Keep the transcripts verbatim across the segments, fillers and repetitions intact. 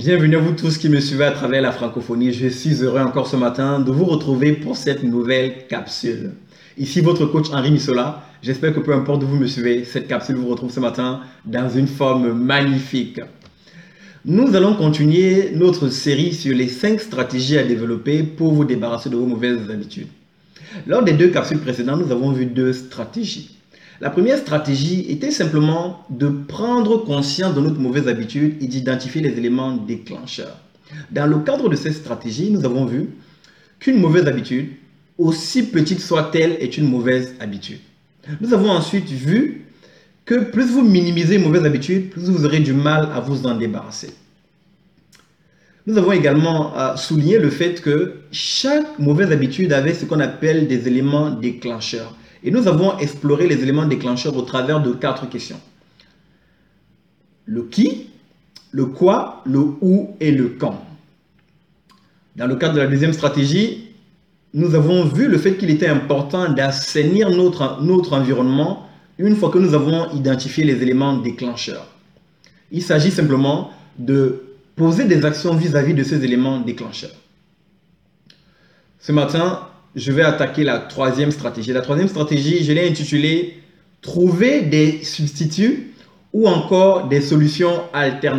Bienvenue à vous tous qui me suivez à travers la francophonie. Je suis heureux encore ce matin de vous retrouver pour cette nouvelle capsule. Ici votre coach Henri Missola. J'espère que peu importe où vous me suivez, cette capsule vous retrouve ce matin dans une forme magnifique. Nous allons continuer notre série sur les cinq stratégies à développer pour vous débarrasser de vos mauvaises habitudes. Lors des deux capsules précédentes, nous avons vu deux stratégies. La première stratégie était simplement de prendre conscience de notre mauvaise habitude et d'identifier les éléments déclencheurs. Dans le cadre de cette stratégie, nous avons vu qu'une mauvaise habitude, aussi petite soit-elle, est une mauvaise habitude. Nous avons ensuite vu que plus vous minimisez une mauvaise habitude, plus vous aurez du mal à vous en débarrasser. Nous avons également euh, souligné le fait que chaque mauvaise habitude avait ce qu'on appelle des éléments déclencheurs. Et nous avons exploré les éléments déclencheurs au travers de quatre questions. Le qui, le quoi, le où et le quand. Dans le cadre de la deuxième stratégie, nous avons vu le fait qu'il était important d'assainir notre, notre environnement une fois que nous avons identifié les éléments déclencheurs. Il s'agit simplement de poser des actions vis-à-vis de ces éléments déclencheurs. Ce matin, je vais attaquer la troisième stratégie. La troisième stratégie, je l'ai intitulée « Trouver des substituts ou encore des solutions alternatives ».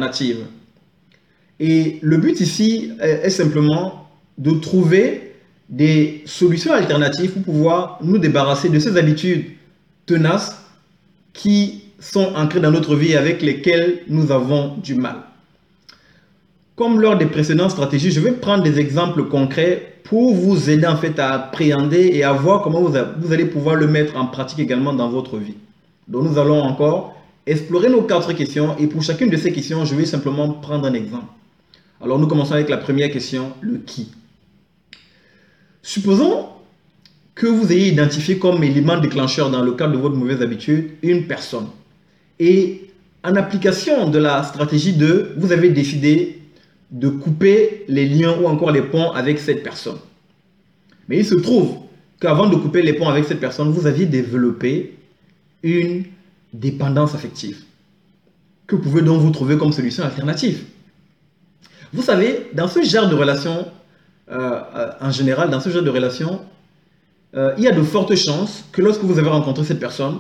Et le but ici est simplement de trouver des solutions alternatives pour pouvoir nous débarrasser de ces habitudes tenaces qui sont ancrées dans notre vie et avec lesquelles nous avons du mal. Comme lors des précédentes stratégies, je vais prendre des exemples concrets pour vous aider en fait à appréhender et à voir comment vous, vous allez pouvoir le mettre en pratique également dans votre vie. Donc nous allons encore explorer nos quatre questions et pour chacune de ces questions, je vais simplement prendre un exemple. Alors nous commençons avec la première question, le qui. Supposons que vous ayez identifié comme élément déclencheur dans le cadre de votre mauvaise habitude une personne. Et en application de la stratégie deux, vous avez décidé de couper les liens ou encore les ponts avec cette personne. Mais il se trouve qu'avant de couper les ponts avec cette personne, vous aviez développé une dépendance affective. Que pouvez donc vous trouver comme solution alternative? Vous savez, dans ce genre de relation, euh, euh, en général, dans ce genre de relation, euh, il y a de fortes chances que lorsque vous avez rencontré cette personne,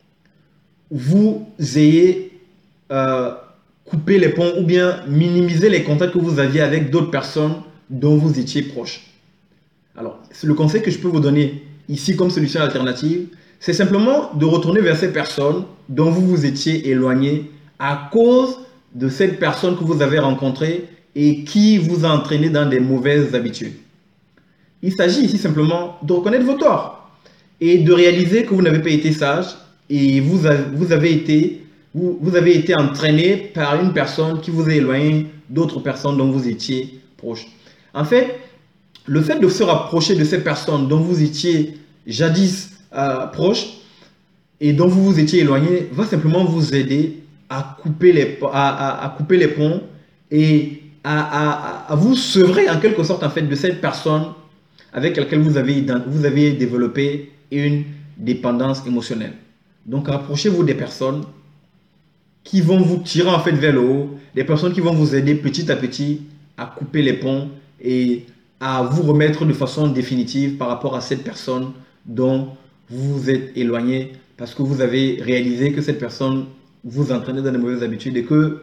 vous ayez euh, couper les ponts ou bien minimiser les contacts que vous aviez avec d'autres personnes dont vous étiez proche. Alors, le conseil que je peux vous donner ici comme solution alternative, c'est simplement de retourner vers ces personnes dont vous vous étiez éloigné à cause de cette personne que vous avez rencontrée et qui vous a entraîné dans des mauvaises habitudes. Il s'agit ici simplement de reconnaître vos torts et de réaliser que vous n'avez pas été sage et vous avez, vous avez été Vous, vous avez été entraîné par une personne qui vous a éloigné d'autres personnes dont vous étiez proche. En fait, le fait de se rapprocher de ces personnes dont vous étiez jadis euh, proche et dont vous vous étiez éloigné va simplement vous aider à couper les, à, à, à couper les ponts et à, à, à vous sevrer en quelque sorte en fait, de cette personne avec laquelle vous avez, vous avez développé une dépendance émotionnelle. Donc, rapprochez-vous des personnes qui vont vous tirer en fait vers le haut, des personnes qui vont vous aider petit à petit à couper les ponts et à vous remettre de façon définitive par rapport à cette personne dont vous vous êtes éloigné parce que vous avez réalisé que cette personne vous entraînait dans de mauvaises habitudes et que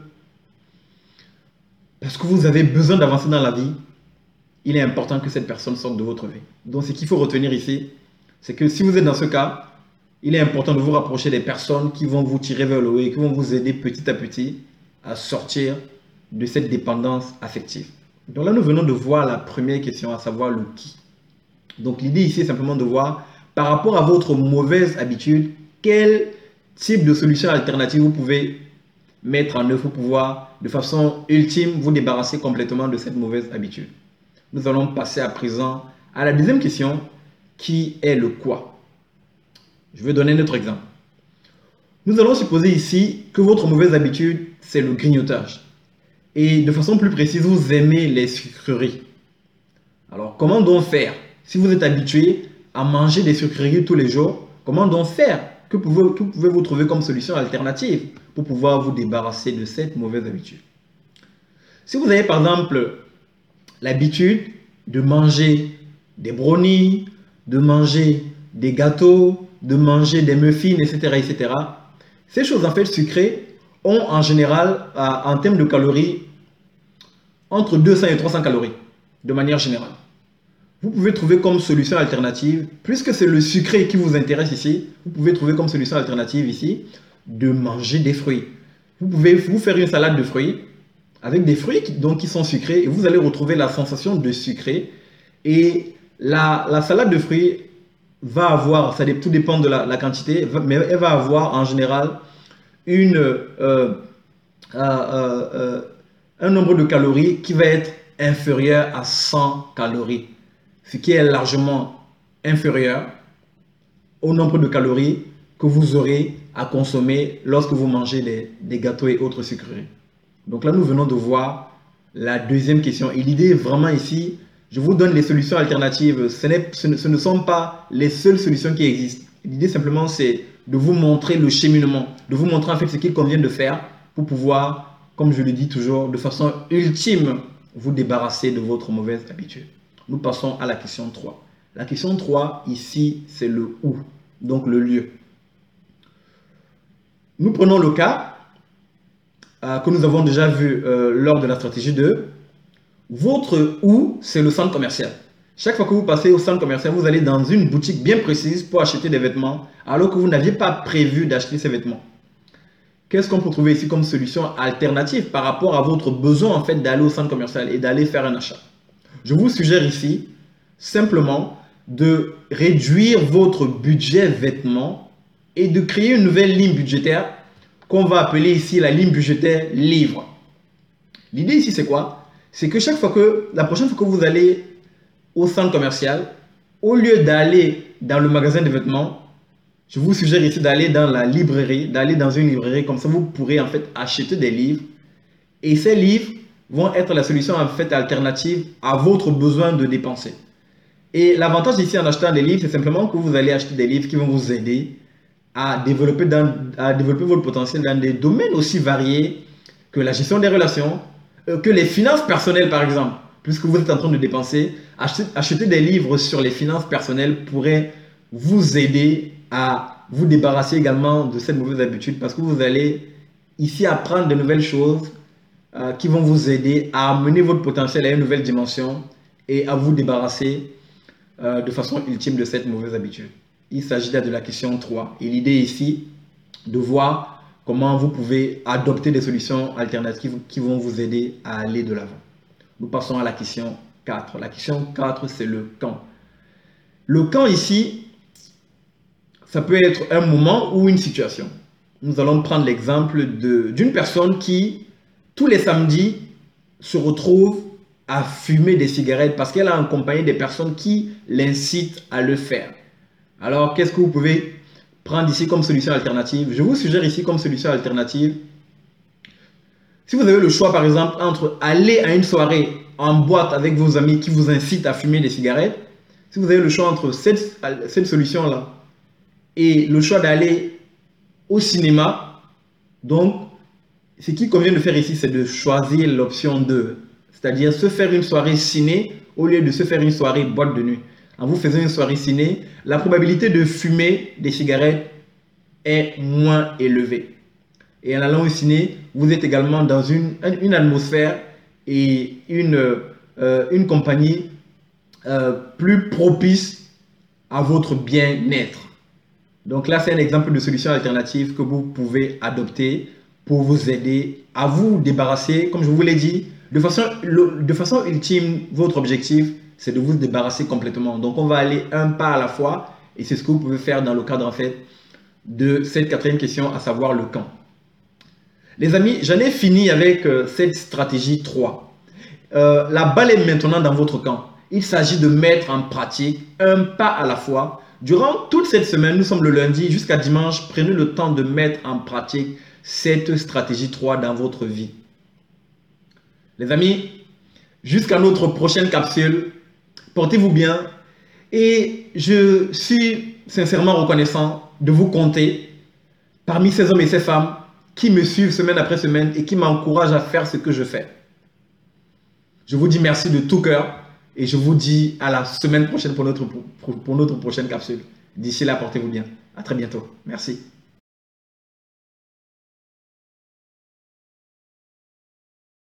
parce que vous avez besoin d'avancer dans la vie, il est important que cette personne sorte de votre vie. Donc ce qu'il faut retenir ici, c'est que si vous êtes dans ce cas, il est important de vous rapprocher des personnes qui vont vous tirer vers le haut et qui vont vous aider petit à petit à sortir de cette dépendance affective. Donc là, nous venons de voir la première question, à savoir le qui. Donc l'idée ici est simplement de voir par rapport à votre mauvaise habitude, quel type de solution alternative vous pouvez mettre en œuvre pour pouvoir, de façon ultime, vous débarrasser complètement de cette mauvaise habitude. Nous allons passer à présent à la deuxième question, qui est le quoi. Je vais donner un autre exemple. Nous allons supposer ici que votre mauvaise habitude, c'est le grignotage. Et de façon plus précise, vous aimez les sucreries. Alors, comment donc faire? Si vous êtes habitué à manger des sucreries tous les jours, comment donc faire? Que pouvez-vous que pouvez-vous trouver comme solution alternative pour pouvoir vous débarrasser de cette mauvaise habitude? Si vous avez par exemple l'habitude de manger des brownies, de manger des gâteaux, de manger des muffins, et cetera, et cetera, ces choses en fait sucrées ont en général, en termes de calories, entre deux cents et trois cents calories, de manière générale. Vous pouvez trouver comme solution alternative, puisque c'est le sucré qui vous intéresse ici, vous pouvez trouver comme solution alternative ici de manger des fruits. Vous pouvez vous faire une salade de fruits avec des fruits qui, donc, qui sont sucrés et vous allez retrouver la sensation de sucré. Et la, la salade de fruits va avoir, ça, tout dépend de la, la quantité, mais elle va avoir en général une, euh, euh, euh, euh, un nombre de calories qui va être inférieur à cent calories. Ce qui est largement inférieur au nombre de calories que vous aurez à consommer lorsque vous mangez des, des gâteaux et autres sucreries. Donc là, nous venons de voir la deuxième question. Et l'idée vraiment ici, je vous donne les solutions alternatives. Ce, ce, ne, ce ne sont pas les seules solutions qui existent. L'idée simplement, c'est de vous montrer le cheminement, de vous montrer en fait ce qu'il convient de faire pour pouvoir, comme je le dis toujours, de façon ultime, vous débarrasser de votre mauvaise habitude. Nous passons à la question trois. La question trois, ici, c'est le où, donc le lieu. Nous prenons le cas euh, que nous avons déjà vu euh, lors de la stratégie deux. Votre où, c'est le centre commercial. Chaque fois que vous passez au centre commercial, vous allez dans une boutique bien précise pour acheter des vêtements, alors que vous n'aviez pas prévu d'acheter ces vêtements. Qu'est-ce qu'on peut trouver ici comme solution alternative par rapport à votre besoin en fait d'aller au centre commercial et d'aller faire un achat? Je vous suggère ici simplement de réduire votre budget vêtements et de créer une nouvelle ligne budgétaire qu'on va appeler ici la ligne budgétaire livre. L'idée ici c'est quoi? C'est que chaque fois que, la prochaine fois que vous allez au centre commercial, au lieu d'aller dans le magasin de vêtements, je vous suggère ici d'aller dans la librairie, d'aller dans une librairie, comme ça vous pourrez en fait acheter des livres et ces livres vont être la solution en fait alternative à votre besoin de dépenser. Et l'avantage ici en achetant des livres, c'est simplement que vous allez acheter des livres qui vont vous aider à développer, dans, à développer votre potentiel dans des domaines aussi variés que la gestion des relations, euh, que les finances personnelles par exemple. Puisque vous êtes en train de dépenser, acheter, acheter des livres sur les finances personnelles pourrait vous aider à vous débarrasser également de cette mauvaise habitude parce que vous allez ici apprendre de nouvelles choses euh, qui vont vous aider à amener votre potentiel à une nouvelle dimension et à vous débarrasser euh, de façon ultime de cette mauvaise habitude. Il s'agit là de la question trois. Et l'idée ici, de voir comment vous pouvez adopter des solutions alternatives qui vont vous aider à aller de l'avant. Nous passons à la question quatre. La question quatre, c'est le quand. Le quand ici, ça peut être un moment ou une situation. Nous allons prendre l'exemple d'une personne qui, tous les samedis, se retrouve à fumer des cigarettes parce qu'elle a accompagné des personnes qui l'incitent à le faire. Alors, qu'est-ce que vous pouvez prendre ici comme solution alternative? Je vous suggère ici comme solution alternative, si vous avez le choix par exemple entre aller à une soirée en boîte avec vos amis qui vous incitent à fumer des cigarettes, si vous avez le choix entre cette, cette solution-là et le choix d'aller au cinéma, donc ce qui convient de faire ici, c'est de choisir l'option deux, c'est-à-dire se faire une soirée ciné au lieu de se faire une soirée boîte de nuit. En vous faisant une soirée ciné, la probabilité de fumer des cigarettes est moins élevée. Et en allant au ciné, vous êtes également dans une, une atmosphère et une, euh, une compagnie euh, plus propice à votre bien-être. Donc là, c'est un exemple de solution alternative que vous pouvez adopter pour vous aider à vous débarrasser, comme je vous l'ai dit, de façon, de façon ultime, votre objectif, c'est de vous débarrasser complètement. Donc, on va aller un pas à la fois et c'est ce que vous pouvez faire dans le cadre en fait de cette quatrième question, à savoir le quand. Les amis, j'en ai fini avec euh, cette stratégie trois. Euh, la balle est maintenant dans votre camp. Il s'agit de mettre en pratique un pas à la fois. Durant toute cette semaine, nous sommes le lundi jusqu'à dimanche, prenez le temps de mettre en pratique cette stratégie trois dans votre vie. Les amis, jusqu'à notre prochaine capsule, portez-vous bien et je suis sincèrement reconnaissant de vous compter parmi ces hommes et ces femmes qui me suivent semaine après semaine et qui m'encouragent à faire ce que je fais. Je vous dis merci de tout cœur et je vous dis à la semaine prochaine pour notre, pour, pour notre prochaine capsule. D'ici là, portez-vous bien. À très bientôt. Merci.